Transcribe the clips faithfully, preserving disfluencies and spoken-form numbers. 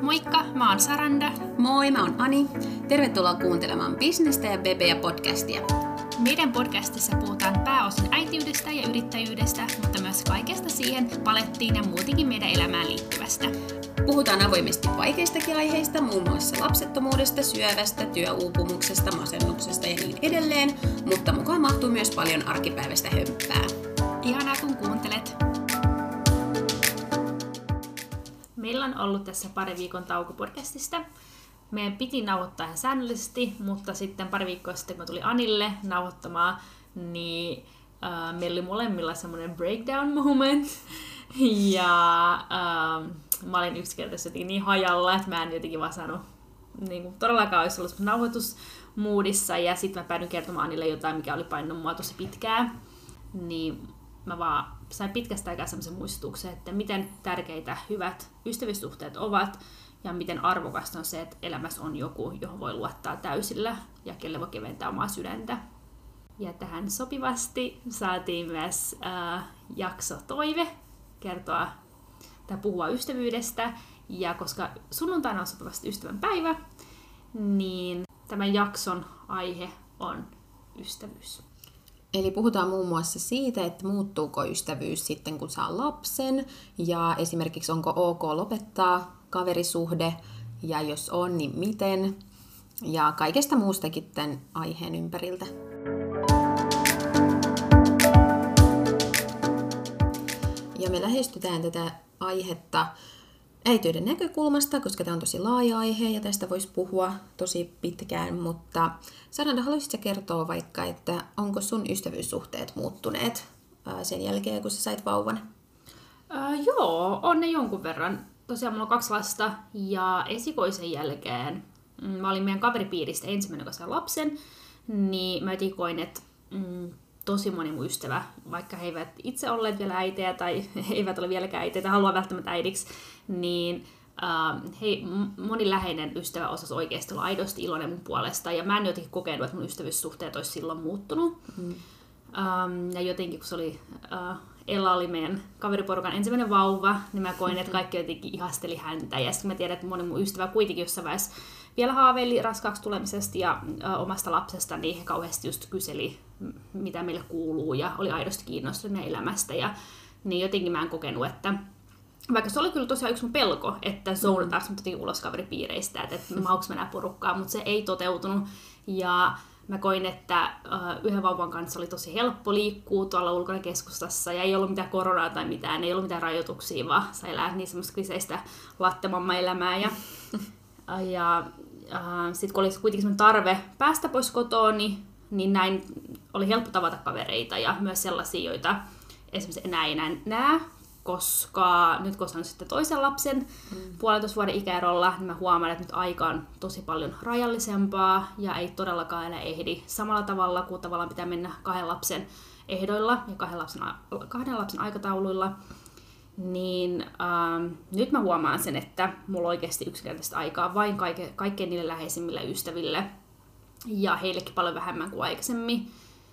Moikka, mä oon Saranda. Moi, mä oon Ani. Tervetuloa kuuntelemaan Bisnestä ja Bebeä podcastia. Meidän podcastissa puhutaan pääosin äitiydestä ja yrittäjyydestä, mutta myös kaikesta siihen palettiin ja muutenkin meidän elämään liittyvästä. Puhutaan avoimesti vaikeistakin aiheista, muun muassa lapsettomuudesta, syövästä, työuupumuksesta, masennuksesta ja niin edelleen, mutta mukaan mahtuu myös paljon arkipäiväistä hömppää. Ihanaa kun kuuntelet! Meillä on ollut tässä pari viikon tauko podcastista. Meidän piti nauhoittaa ihan säännöllisesti, mutta sitten pari viikkoa sitten, kun tuli Anille nauhoittamaan, niin äh, meillä oli molemmilla semmoinen breakdown moment. Ja äh, mä olin yksinkertaisesti niin hajalla, että mä en jotenkin vaan saanut niin kuin, todellakaan olisi ollut nauhoitusmoodissa. Ja sitten mä päädyin kertomaan Anille jotain, mikä oli painanut mua tosi pitkään. Niin mä vaan sain pitkästä aikaa semmoisen muistutuksen, että miten tärkeitä hyvät ystävyyssuhteet ovat ja miten arvokasta on se, että elämässä on joku, johon voi luottaa täysillä ja kelle voi keventää omaa sydäntä. Ja tähän sopivasti saatiin myös äh, jakso toive kertoa tai puhua ystävyydestä. Ja koska sunnuntaina on sopivasti ystävän päivä, niin tämän jakson aihe on ystävyys. Eli puhutaan muun muassa siitä, että muuttuuko ystävyys sitten, kun saa lapsen, ja esimerkiksi onko ok lopettaa kaverisuhde, ja jos on, niin miten, ja kaikesta muustakin tämän aiheen ympäriltä. Ja me lähestytään tätä aihetta äitiyden näkökulmasta, koska tämä on tosi laaja aihe ja tästä voisi puhua tosi pitkään, mutta Saranda, haluaisitko kertoa vaikka, että onko sun ystävyyssuhteet muuttuneet sen jälkeen, kun sä sait vauvan? Äh, joo, on ne jonkun verran. Tosiaan mulla on kaksi lasta ja esikoisen jälkeen mä olin meidän kaveripiiristä ensimmäinen, joka sai lapsen, niin mä jotenkin koin, että mm, tosi moni mun ystävä, vaikka he eivät itse olleet vielä äitejä tai he eivät ole vieläkään äitejä tai haluaa välttämättä äidiksi, niin äh, hei, moni läheinen ystävä osasi oikeasti olla aidosti iloinen mun puolesta. Ja mä en jotenkin kokenut, että mun ystävyyssuhteet olisi silloin muuttunut. Mm. Ähm, ja jotenkin, kun se oli, äh, Ella oli meidän kaveriporukan ensimmäinen vauva, niin mä koin, että kaikki jotenkin ihasteli häntä. Ja sitten mä tiedän, että moni mun ystävä kuitenkin jossain vaiheessa vielä haaveili raskaaksi tulemisesta ja äh, omasta lapsesta, niin he kauheasti just kyseli, mitä meille kuuluu, ja oli aidosti kiinnostunut elämästä. Ja niin jotenkin mä en kokenut, että vaikka se oli kyllä tosiaan yksi mun pelko, että zoonataan mut jotenkin ulos kaveripiireistä, että, että mahdollisesti mennään porukkaan, mutta se ei toteutunut. Ja mä koin, että uh, yhden vauvan kanssa oli tosi helppo liikkua tuolla ulkona keskustassa, ja ei ollut mitään koronaa tai mitään, ei ollut mitään rajoituksia, vaan sai elää niin semmoista kliseistä lattemamma-elämää. Ja, ja uh, sitten kun oli kuitenkin semmoinen tarve päästä pois kotoa, niin, niin näin oli helppo tavata kavereita ja myös sellaisia, joita esimerkiksi enää ei enää näe, koska nyt kun on sitten toisen lapsen mm. puolentoista vuoden ikäerolla, niin mä huomaan, että nyt aika on tosi paljon rajallisempaa ja ei todellakaan enää ehdi samalla tavalla, kuin tavallaan pitää mennä kahden lapsen ehdoilla ja kahden lapsen, kahden lapsen aikatauluilla. Niin ähm, nyt mä huomaan sen, että mulla on oikeasti yksinkertaisesti aikaa vain kaike, kaikkein niille läheisimmille ystäville ja heillekin paljon vähemmän kuin aikaisemmin.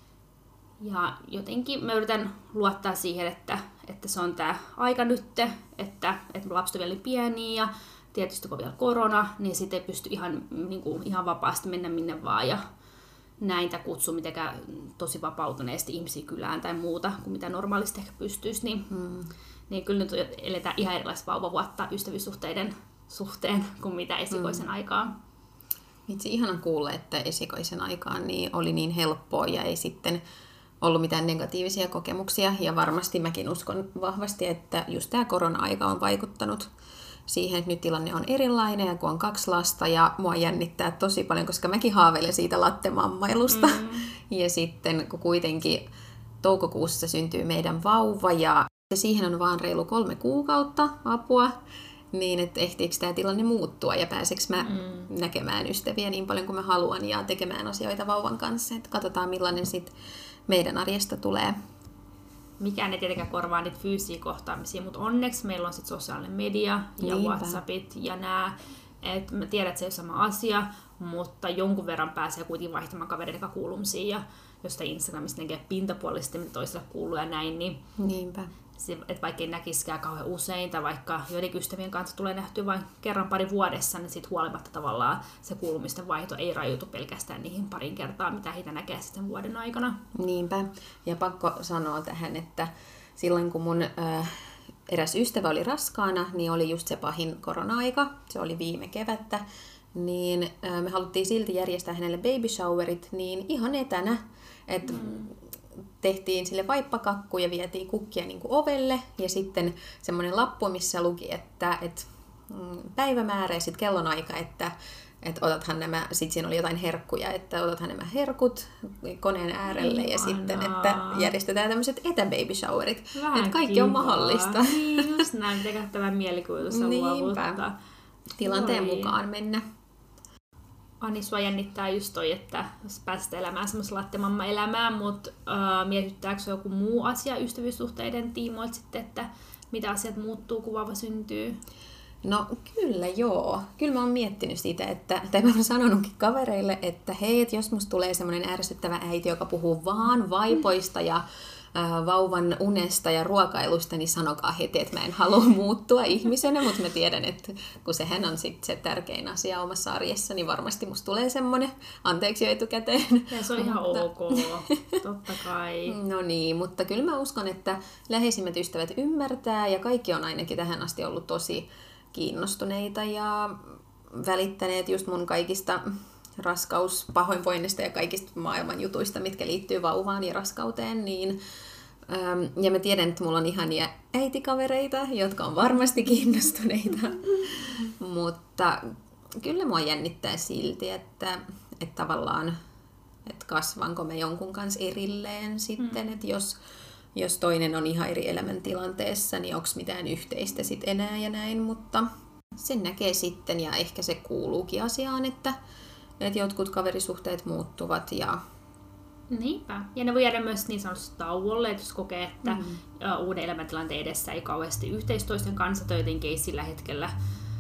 Ja jotenkin mä yritän luottaa siihen, että, että se on tää aika nytte, että, että lapset on vielä pieniä ja tietysti kun on vielä korona, niin sitten ei pysty ihan, niin kuin, ihan vapaasti mennä minne vaan ja näin tää kutsu mitenkään tosi vapautuneesti ihmisiä kylään tai muuta kuin mitä normaalisti ehkä pystyisi. Niin, hmm. niin kyllä nyt eletään ihan erilaista vauvavuotta ystävyyssuhteiden suhteen kuin mitä esikoisen hmm. aikaan. Itse ihanan kuulla, että esikoisen aikaan niin oli niin helppoa ja ei sitten ollut mitään negatiivisia kokemuksia, ja varmasti mäkin uskon vahvasti, että just tämä korona-aika on vaikuttanut siihen, että nyt tilanne on erilainen, ja kun on kaksi lasta, ja mua jännittää tosi paljon, koska mäkin haaveilen siitä lattemammailusta. Mm. Ja sitten kun kuitenkin toukokuussa syntyy meidän vauva, ja siihen on vaan reilu kolme kuukautta apua, niin että ehtiikö tämä tilanne muuttua, ja pääseekö mä mm. näkemään ystäviä niin paljon kuin mä haluan, ja tekemään asioita vauvan kanssa. Että katsotaan, millainen sitten meidän arjesta tulee. Mikään ei tietenkään korvaa niitä fyysisiä kohtaamisia, mutta onneksi meillä on sit sosiaalinen media ja Niinpä. WhatsAppit ja nää. Et mä tiedän, että se ei ole sama asia, mutta jonkun verran pääsee kuitenkin vaihtamaan kavereiden kuulumisia ja jostain Instagramista näkee pintapuolisesti, mitä toisella kuuluu ja näin. Niin Niinpä. että vaikka ei näkisikään kauhean usein, tai vaikka joidenkin ystävien kanssa tulee nähtyä vain kerran pari vuodessa, niin siitä huolimatta tavallaan se kuulumisten vaihto ei rajoitu pelkästään niihin parin kertaa, mitä heitä näkee sitten vuoden aikana. Niinpä. Ja pakko sanoa tähän, että silloin kun mun äh, eräs ystävä oli raskaana, niin oli just se pahin korona-aika, se oli viime kevättä, niin äh, me haluttiin silti järjestää hänelle baby showerit niin ihan etänä, että mm. tehtiin sille vaippakakku ja vietiin kukkia niin kuin ovelle ja sitten semmoinen lappu, missä luki, että, että päivämäärä ja sitten kellonaika, että, että otathan nämä, sitten siinä oli jotain herkkuja, että otathan nämä herkut koneen äärelle ja sitten, että järjestetään tämmöiset etäbaby showerit. Vähän että kaikki kivaa. On mahdollista. Niin, just näin, pitää tämän mielikuvitusta luovuttaa. Tilanteen Oi. mukaan mennä. Ani, sua jännittää just toi, että jos pääset elämään semmoista lattemamma-elämää, mutta äh, mietittääkö joku muu asia ystävyyssuhteiden tiimoilta sitten, että mitä asiat muuttuu, kun vauva syntyy? No kyllä joo. Kyllä mä oon miettinyt sitä, että, tai mä oon sanonutkin kavereille, että hei, et jos musta tulee semmoinen ärsyttävä äiti, joka puhuu vaan vaipoista ja äh, vauvan unesta ja ruokailusta, niin sanokaa heti, että mä en halua muuttua ihmisenä, mutta mä tiedän, että kun sehän on sit se tärkein asia omassa arjessa, niin varmasti musta tulee semmoinen, anteeksi jo etukäteen. Ja se on ihan ok, totta kai. No niin, mutta kyllä mä uskon, että läheisimmät ystävät ymmärtää ja kaikki on ainakin tähän asti ollut tosi kiinnostuneita ja välittäneet just mun kaikista raskauspahoinvoinnista ja kaikista maailman jutuista, mitkä liittyy vauvaan ja raskauteen, niin ähm, ja mä tiedän, että mulla on ihania äitikavereita, jotka on varmasti kiinnostuneita, mutta kyllä mua jännittää silti, että, että tavallaan, että kasvanko mä jonkun kanssa erilleen sitten, mm. että jos Jos toinen on ihan eri elämäntilanteessa, niin onko mitään yhteistä sit enää ja näin, mutta sen näkee sitten ja ehkä se kuuluukin asiaan, että, että jotkut kaverisuhteet muuttuvat. Ja Niinpä. Ja ne voi jäädä myös niin sanotusti tauolle, että jos kokee, että mm. uuden elämäntilanteen edessä ei kauheasti yhteistoisten kanssa tai jotenkin ei sillä hetkellä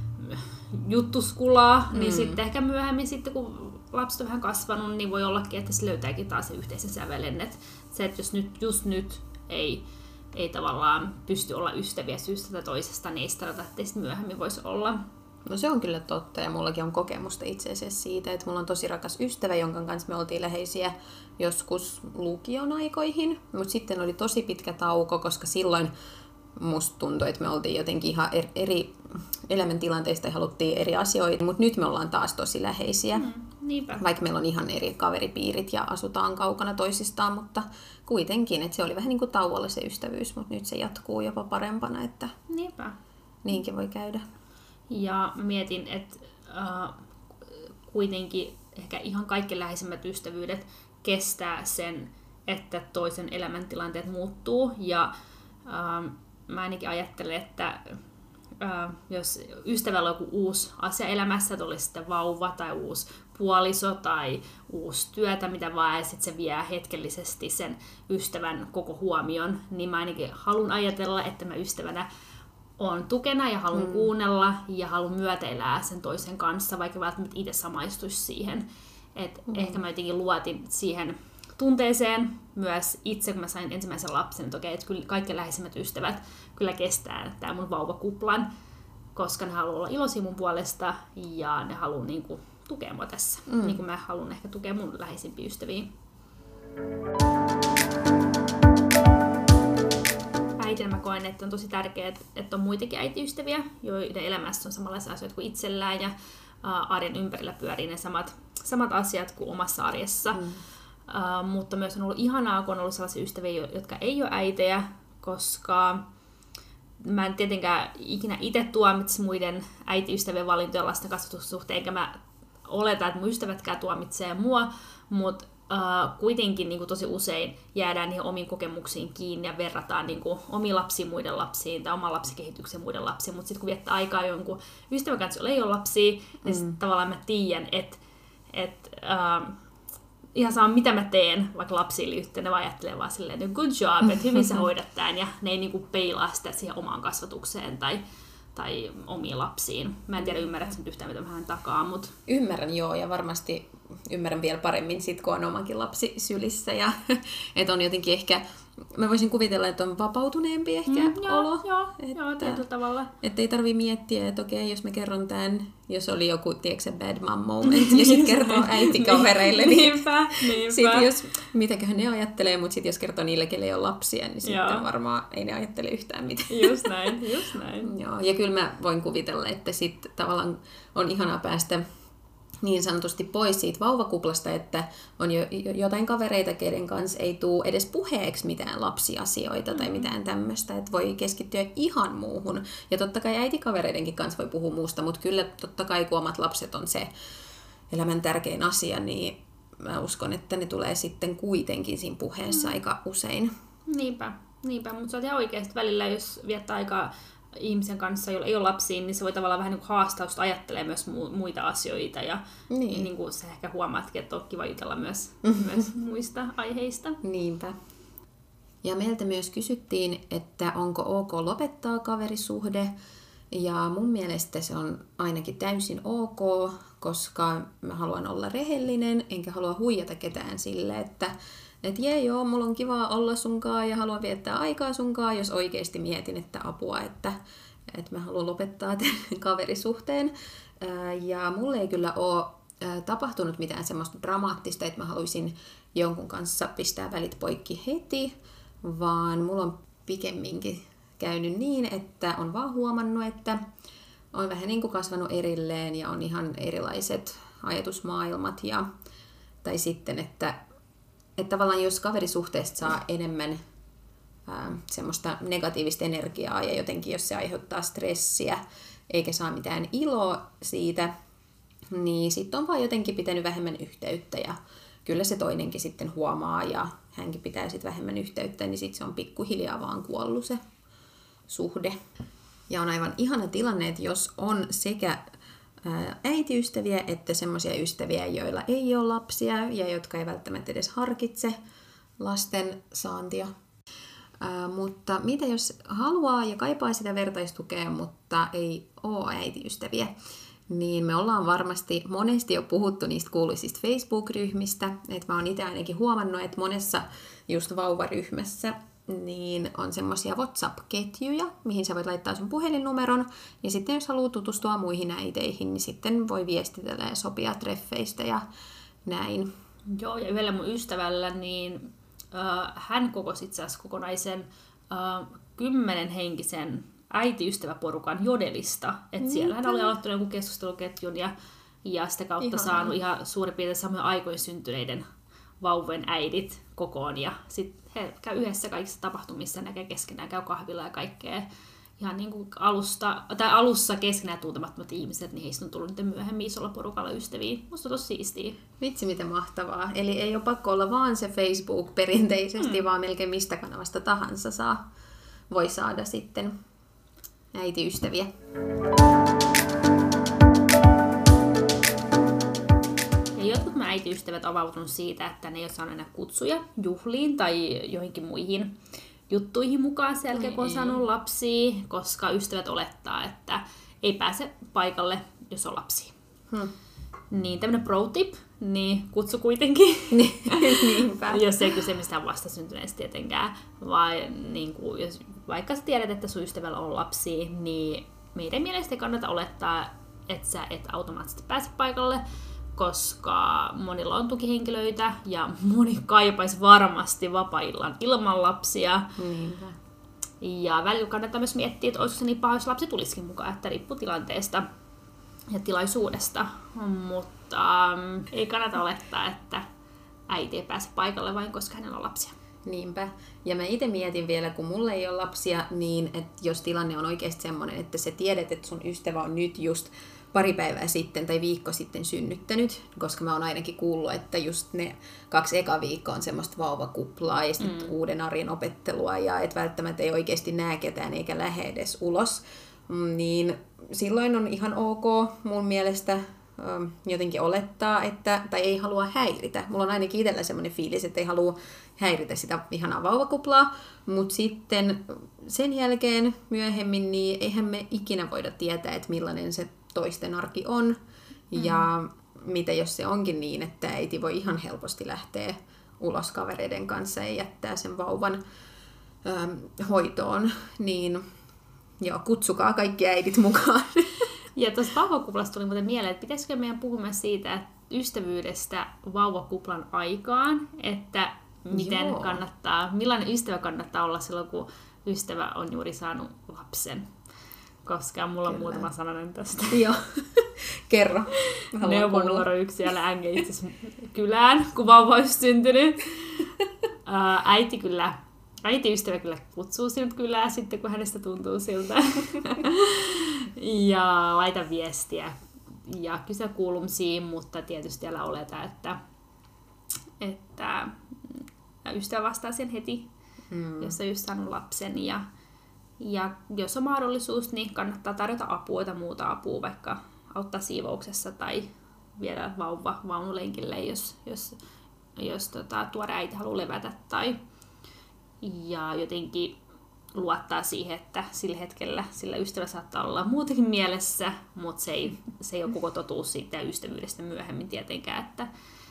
juttuskulaa, mm. niin sitten ehkä myöhemmin sitten kun lapset on vähän kasvanut, niin voi ollakin, että se löytääkin taas se yhteisen sävelen. Että se, että jos nyt, just nyt ei, ei tavallaan pysty olla ystäviä syystä tai toisesta, niin ei sitä tarvita, että myöhemmin voisi olla. No se on kyllä totta ja mullakin on kokemusta itse asiassa siitä, että mulla on tosi rakas ystävä, jonka kanssa me oltiin läheisiä joskus lukion aikoihin, mutta sitten oli tosi pitkä tauko, koska silloin musta tuntui, että me oltiin jotenkin ihan eri elämäntilanteista ja haluttiin eri asioita, mutta nyt me ollaan taas tosi läheisiä. Mm, niinpä. Vaikka meillä on ihan eri kaveripiirit ja asutaan kaukana toisistaan, mutta kuitenkin, että se oli vähän niin kuin tauolla se ystävyys, mutta nyt se jatkuu jopa parempana, että niinpä. Niinkin voi käydä. Ja mietin, että äh, kuitenkin ehkä ihan kaikki läheisimmät ystävyydet kestää sen, että toisen elämäntilanteet muuttuu ja äh, mä ainakin ajattelen, että äh, jos ystävällä on joku uusi asia elämässä, että olisi sitten vauva tai uusi puoliso tai uusi työtä, mitä vaan, ja sitten se vie hetkellisesti sen ystävän koko huomion, niin mä ainakin haluan ajatella, että mä ystävänä on tukena ja haluan mm. kuunnella ja haluan myötäelää sen toisen kanssa, vaikka välttämättä itse samaistuisi siihen. Et mm. Ehkä mä jotenkin luotin siihen tunteeseen myös itse, kun mä sain ensimmäisen lapsen, että okei, että kyllä kaikki läheisimmät ystävät kyllä kestää tämän mun vauvakuplan, koska ne haluaa olla iloisia mun puolesta ja ne haluaa niin kuin tukea mua tässä, mm. niin kuin mä haluan ehkä tukea mun läheisimpiä ystäviä. Äitinä mä koen, että on tosi tärkeää, että on muitakin äitiystäviä, joiden elämässä on samanlaisia asioita kuin itsellään ja arjen ympärillä pyörii ne samat, samat asiat kuin omassa arjessa. Mm. Uh, mutta myös on ollut ihanaa, kun on ollut sellaisia ystäviä, jotka ei ole äitejä, koska mä en tietenkään ikinä itse tuomitse muiden äitiystävien valintoja lasten kasvatussuhteen, enkä mä oleta, että mun ystävätkään tuomitsee mua, mutta uh, kuitenkin niin kuin tosi usein jäädään niihin omiin kokemuksiin kiinni ja verrataan niin kuin omiin lapsiin muiden lapsiin tai oman lapsikehityksen muiden lapsiin, mutta sitten kun viettää aikaa jonkun ystävän kanssa, jolla ei ole lapsia, mm. niin sit tavallaan mä tiedän, että et, uh, ihan sama mitä mä teen, vaikka lapsiin liittyen, ne vaan ajattelee vaan silleen, että good job, että hyvin sä hoidat tämän, ja ne ei niinku peilaa sitä siihen omaan kasvatukseen tai, tai omiin lapsiin. Mä en tiedä, ymmärrät sen yhtään, mitä mä hän takaa, mutta ymmärrän joo, ja varmasti ymmärrän vielä paremmin sit, kun on omankin lapsi sylissä, ja että on jotenkin ehkä mä voisin kuvitella, että on vapautuneempi ehkä Mm, joo, olo. joo, että, joo, tietyllä tavalla. Että ei tarvii miettiä, että okei, jos mä kerron tämän, jos oli joku, tiedätkö se bad mom moment, ja sitten kertoo äitikavereille, niin niinpä, niinpä. sit jos, mitäköhän ne ajattelee, mutta sitten jos kertoo niille, kelle ei ole lapsia, niin sitten Joo. varmaan ei ne ajattele yhtään mitään. Just näin, just näin. Joo, ja kyllä mä voin kuvitella, että sitten tavallaan on ihanaa päästä niin sanotusti pois siitä vauvakuplasta, että on jo jotain kavereita, keiden kanssa ei tule edes puheeksi mitään lapsiasioita tai mitään tämmöistä, että voi keskittyä ihan muuhun. Ja totta kai äitikavereidenkin kanssa voi puhua muusta, mutta kyllä totta kai kun omat lapset on se elämän tärkein asia, niin mä uskon, että ne tulee sitten kuitenkin siinä puheessa mm. aika usein. Niinpä, niinpä. Mutta se on ihan oikeasti välillä, jos viettää aikaa ihmisen kanssa, jolla ei ole lapsia, niin se voi tavallaan vähän niin kuin haastaa, just ajattelee myös mu- muita asioita ja Niin. niin kuin sä ehkä huomaatkin, että on kiva jutella myös, myös muista aiheista. Niinpä. Ja meiltä myös kysyttiin, että onko ok lopettaa kaverisuhde. Ja mun mielestä se on ainakin täysin ok, koska mä haluan olla rehellinen, enkä halua huijata ketään sille, että et jee joo, mulla on kivaa olla sunkaan ja haluan viettää aikaa sunkaan, jos oikeasti mietin, että apua, että, että mä haluan lopettaa tämän kaverisuhteen. Ja mulle ei kyllä ole tapahtunut mitään semmoista dramaattista, että mä haluaisin jonkun kanssa pistää välit poikki heti, vaan mulla on pikemminkin käynyt niin, että on vaan huomannut, että on vähän niin kuin kasvanut erilleen ja on ihan erilaiset ajatusmaailmat. Ja, tai sitten, että, että tavallaan jos kaverisuhteesta saa enemmän ää, semmoista negatiivista energiaa ja jotenkin jos se aiheuttaa stressiä eikä saa mitään iloa siitä, niin sitten on vaan jotenkin pitänyt vähemmän yhteyttä ja kyllä se toinenkin sitten huomaa ja hänkin pitää sitten vähemmän yhteyttä, niin sitten se on pikkuhiljaa vaan kuollut se suhde. Ja on aivan ihana tilanne, että jos on sekä äitiystäviä että semmoisia ystäviä, joilla ei ole lapsia ja jotka ei välttämättä edes harkitse lasten saantia. Ää, mutta mitä jos haluaa ja kaipaa sitä vertaistukea, mutta ei ole äitiystäviä, niin me ollaan varmasti monesti jo puhuttu niistä kuuluisista Facebook-ryhmistä. Että mä oon itse ainakin huomannut, että monessa just vauvaryhmässä niin on semmoisia WhatsApp-ketjuja, mihin sä voit laittaa sun puhelinnumeron. Ja sitten jos haluaa tutustua muihin äiteihin, niin sitten voi viestitellä ja sopia treffeistä ja näin. Joo, ja yhdellä mun ystävällä, niin äh, hän kokosi itse asiassa kokonaisen äh, kymmenen henkisen äitiystäväporukan Jodelista. Että siellä hän oli aloittanut joku keskusteluketjun ja, ja sitä kautta Ihanaa. saanut ihan suurin piirtein samoja aikojen syntyneiden vauvojen äidit kokoon. Ja sitten he käy yhdessä kaikissa tapahtumissa, näkee keskenään, käy kahvilla ja kaikkea. Ihan niin kuin alusta, tai alussa keskenään tuntemattomat ihmiset, niin heistä on tullut nyt myöhemmin isolla porukalla ystäviä. Musta on tosi siistiä. Vitsi, miten mahtavaa. Eli ei ole pakko olla vaan se Facebook perinteisesti, mm. vaan melkein mistä kanavasta tahansa saa, voi saada sitten äitiystäviä. Ja jotkut mun äitiystävät on avautunut siitä, että ne ei ole saanut enää kutsuja juhliin tai joihinkin muihin juttuihin mukaan sen jälkeen, kun on saanut lapsia, koska ystävät olettaa, että ei pääse paikalle, jos on lapsia. Hmm. Niin tämmönen pro-tip, niin kutsu kuitenkin. Niinpä. Jos ei kyse mistään vastasyntyneestä tietenkään, vaan niin kuin, jos vaikka sä tiedät, että sun ystävällä on lapsia, niin meidän mielestä ei kannata olettaa, että sä et automaattisesti pääse paikalle, koska monilla on tukihenkilöitä ja moni kaipaisi varmasti vapaa-illan ilman lapsia. Niinpä. Ja välillä kannattaa myös miettiä, että olisiko se niin paha, jos lapsi tulisikin mukaan, että riippuu tilanteesta ja tilaisuudesta. Mutta ähm, ei kannata olettaa, että äiti ei pääse paikalle vain, koska hänellä on lapsia. Niinpä. Ja mä itse mietin vielä, kun mulla ei ole lapsia, niin että jos tilanne on oikeasti semmoinen, että sä tiedät, että sun ystävä on nyt just pari päivää sitten tai viikko sitten synnyttänyt, koska mä oon ainakin kuullut, että just ne kaksi eka viikkoa on semmoista vauvakuplaa ja sitten mm. uuden arjen opettelua ja et välttämättä ei oikeasti näe ketään eikä lähde edes ulos, niin silloin on ihan ok mun mielestä jotenkin olettaa, että, tai ei halua häiritä. Mulla on ainakin itsellä semmoinen fiilis, että ei halua häiritä sitä ihanaa vauvakuplaa, mutta sitten sen jälkeen myöhemmin, niin eihän me ikinä voida tietää, että millainen se toisten arki on. Mm. Ja mitä jos se onkin niin, että äiti voi ihan helposti lähteä ulos kavereiden kanssa ja jättää sen vauvan ähm, hoitoon, niin joo, kutsukaa kaikki äidit mukaan. Ja tuossa vauvakuplasta tuli muuten mieleen, että pitäisikö meidän puhua myös siitä, että ystävyydestä vauvakuplan aikaan, että miten Joo. kannattaa, millainen ystävä kannattaa olla silloin, kun ystävä on juuri saanut lapsen. Koska mulla on Kyllä. muutama sananen tästä. Joo, kerro. Neuvo numero yksi, älä änge itse kylään, kun vauva olisi syntynyt. Äiti kyllä, äitiystävä kyllä kutsuu sinut kylään sitten, kun hänestä tuntuu siltä. Ja laita viestiä ja kysä kuulumisiin, mutta tietysti älä oleta, että, että ystävä vastaa sen heti, mm. jos on just saanut lapsen. Ja, ja jos on mahdollisuus, niin kannattaa tarjota apua tai muuta apua, vaikka auttaa siivouksessa tai viedä vauva vaunulenkille, jos, jos, jos tota, tuore äiti haluaa levätä. Tai, ja jotenkin luottaa siihen, että sillä hetkellä sillä ystävä saattaa olla muutenkin mielessä, mutta se ei, se ei ole koko totuus siitä ystävyydestä myöhemmin tietenkään, että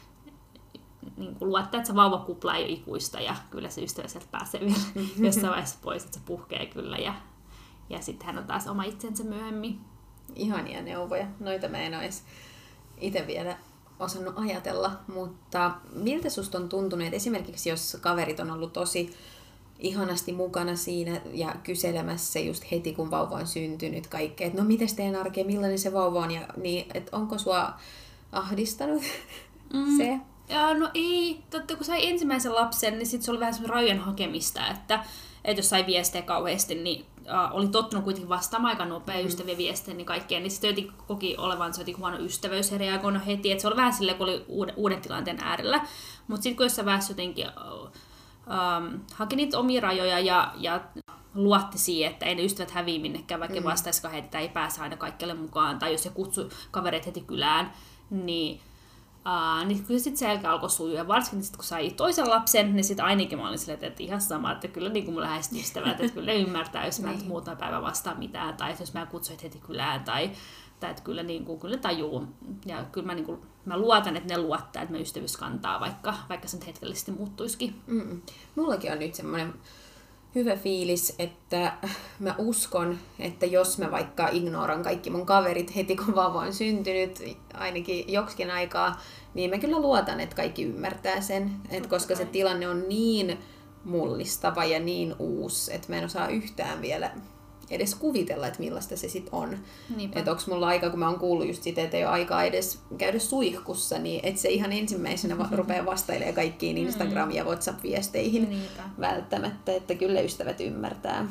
niin kuin luottaa, että se vauvakupla ei ole ikuista ja kyllä se ystävä sieltä pääsee vielä jossain vaiheessa pois, että se puhkee kyllä ja, ja sitten hän on taas oma itsensä myöhemmin. Ihania neuvoja. Noita mä en olisi itse vielä osannut ajatella, mutta miltä susta on tuntunut, että esimerkiksi jos kaverit on ollut tosi ihanasti mukana siinä ja kyselemässä just heti, kun vauva on syntynyt kaikkea, että no mites teidän arkea, millainen se vauva on, ja niin, että onko sua ahdistanut mm. se? Ja, no ei, totta kun sai ensimmäisen lapsen, niin sit se oli vähän semmoinen rajojen hakemista, että, että jos sai viestejä kauheasti, niin äh, oli tottunut kuitenkin vastaamaan aika nopea mm. ystävien viestejä niin kaikkeen, niin sitten jotenkin koki olevansa jotenkin huono ystävyys ja reagoinut heti, että se oli vähän silleen, kun oli uuden, uuden tilanteen äärellä, mutta sitten kun jossain vaiheessa jotenkin Ähm, haki niitä omia rajoja ja, ja luotti siihen, että ei ne ystävät häviä minnekään, vaikka mm. vastaisikaan heitä, että ei pääse aina kaikkialle mukaan, tai jos se kutsui kavereita heti kylään, niin, äh, niin kyllä sitten se jälkeen alkoi sujua. Ja varsinkin sit, kun sai toisen lapsen, niin sitten ainakin mä olin silleen, että ihan sama, että kyllä niin kuin mun läheiset ystävät, että kyllä ne ymmärtää, jos mä en muutama päivä vastaa mitään, tai jos mä kutsuin heti kylään, tai, tai että kyllä, niin kuin, kyllä ne tajuu. Ja kyllä mä, niin kuin, mä luotan, että ne luottaa, että me ystävyys kantaa, vaikka, vaikka se hetkellisesti muuttuisikin. Mm-mm. Mullakin on nyt semmoinen hyvä fiilis, että mä uskon, että jos mä vaikka ignoran kaikki mun kaverit heti kun vauva on syntynyt, ainakin joksikin aikaa, niin mä kyllä luotan, että kaikki ymmärtää sen. Et koska se tilanne on niin mullistava ja niin uusi, että mä en osaa yhtään vielä edes kuvitella, että millaista se sitten on. Että onko mulla aika, kun mä oon kuullut just sitä, että ei ole aikaa edes käydä suihkussa, niin että se ihan ensimmäisenä va- rupeaa vastailemaan kaikkiin Instagram- ja WhatsApp-viesteihin Niinpä. välttämättä, että kyllä ystävät ymmärtää.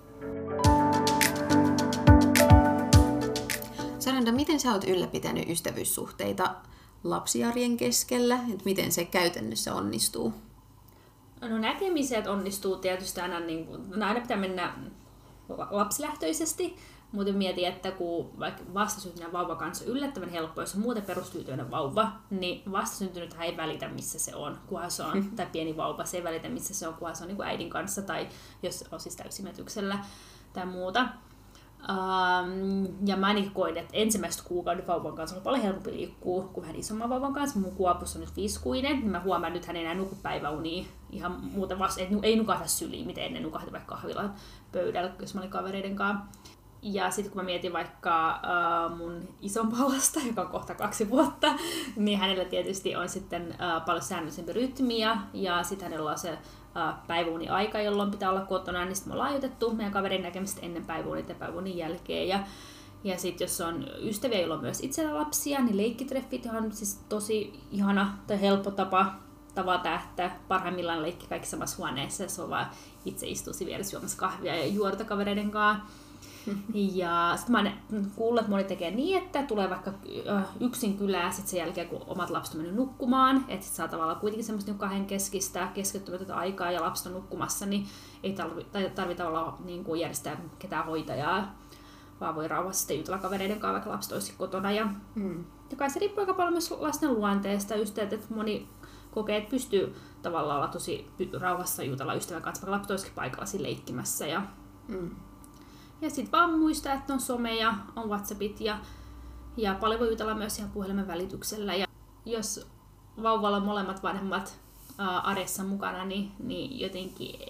Saranda, miten sä oot ylläpitänyt ystävyyssuhteita lapsiarjen keskellä? Et miten se käytännössä onnistuu? No näkemiset onnistuu tietysti aina, niin kuin, no aina pitää mennä lapsilähtöisesti, mutta mietin, että kun vaikka vastasyntyinen vauva kanssa on yllättävän helppo, jos on muuten perustyytyinen vauva, niin vastasyntynyt ei välitä, missä se on, kunhan se on, tai pieni vauva, se ei välitä, missä se on, kunhan se on niin kuin äidin kanssa, tai jos on siis täysimetyksellä tai muuta. Um, ja mä ainakin koin, että ensimmäiset kuukauden vauvan kanssa on paljon helpompi liikkua kuin hän isomman vauvan kanssa. Mun kuopus on nyt viisikuinen, niin mä huomaan, että nyt hän ei enää nuku päiväunia ihan muuten vasta, että ei nukahda syliin, miten ennen nukahti vaikka kahvilan pöydällä, jos mä olin kavereiden kanssa. Ja sitten kun mä mietin vaikka uh, mun isompaa lasta, joka on kohta kaksi vuotta, niin hänellä tietysti on sitten uh, paljon säännöllisempi rytmiä ja sitten hänellä on se uh, päiväuni-aika, jolloin pitää olla kotona, niin sitten me ollaan ajoitettu meidän kaverin näkemistä ennen päiväunit ja päiväunin jälkeen. Ja, ja sitten jos on ystäviä, joilla on myös itsellä lapsia, niin leikkitreffit on siis tosi ihana tai helppo tapa tavata, että parhaimmillaan leikki kaikki samassa huoneessa, jos on vaan itse istuisi vieressä juomassa kahvia ja juorta kavereiden kanssa. Ja sitten mä oon kuullut, että moni tekee niin, että tulee vaikka yksin kylään sit sen jälkeen, kun omat lapset on mennyt nukkumaan, että sit saa tavallaan kuitenkin semmoista kahden keskistä keskittymätöntä aikaa ja lapset on nukkumassa, niin ei tarvitse tarvi tavallaan niin kuin järjestää ketään hoitajaa, vaan voi rauhassa sitten jutella kavereiden kanssa, vaikka lapset olisi kotona. Ja, mm. ja kai se riippuu aika paljon myös lasten luonteesta, just, että moni kokee, että pystyy tavallaan olla tosi rauhassa jutella ystävän kanssa, vaikka lapset olisikin paikalla siinä leikkimässä. Ja, mm. Ja sitten vaan muistaa, että on some ja on WhatsAppit ja, ja paljon voi jutella myös ihan puhelimen välityksellä. Ja jos vauvalla on molemmat vanhemmat ää, arjessa mukana, niin, niin jotenkin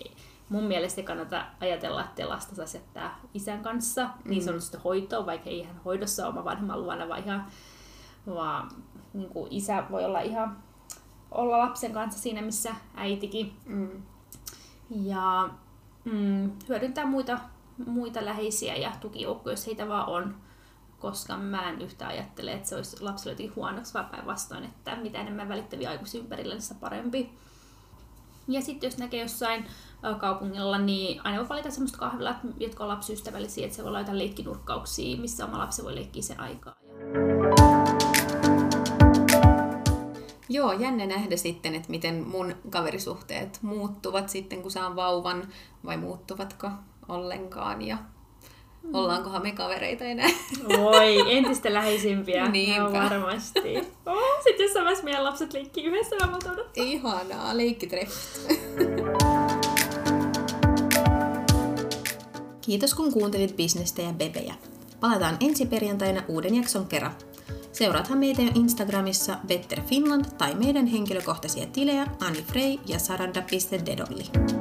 mun mielestä kannata ajatella, että lasta saisi jättää isän kanssa niin sanotusti hoitoon, vaikka ei ihan hoidossa oma vanhemman luona, vaan, ihan, vaan niin kuin isä voi olla ihan olla lapsen kanssa siinä, missä äitikin. Mm. Ja mm, hyödyntää muita, muita läheisiä ja tukijoukkoja, jos heitä vaan on. Koska mä en yhtään ajattele, että se olisi lapselle jotenkin huonoksi, vaan päinvastoin, että mitä enemmän välittäviä aikuisia ympärillä, niin sitä parempi. Ja sitten jos näkee jossain kaupungilla, niin aina voi valita semmoista kahvilat, jotka on lapsiystävällisiä, että se voi olla jotain leikkinurkkauksia, missä oma lapsi voi leikkiä sen aikaa. Joo, jännä nähdä sitten, että miten mun kaverisuhteet muuttuvat sitten, kun saan vauvan, vai muuttuvatko ollenkaan, ja mm. ollaankohan me kavereita enää. Voi, entistä läheisimpiä. Niinpä. No, varmasti. Oh, sitten jossain vaiheessa meidän lapset leikkii yhdessä, mä voin odottaa. Ihanaa, leikkitreffit. Kiitos kun kuuntelit Bisnestä ja Bebejä. Palataan ensi perjantaina uuden jakson kerran. Seuraathan meitä jo Instagramissa Better Finland tai meidän henkilökohtaisia tilejä Anni Frey ja saranda piste dedolli.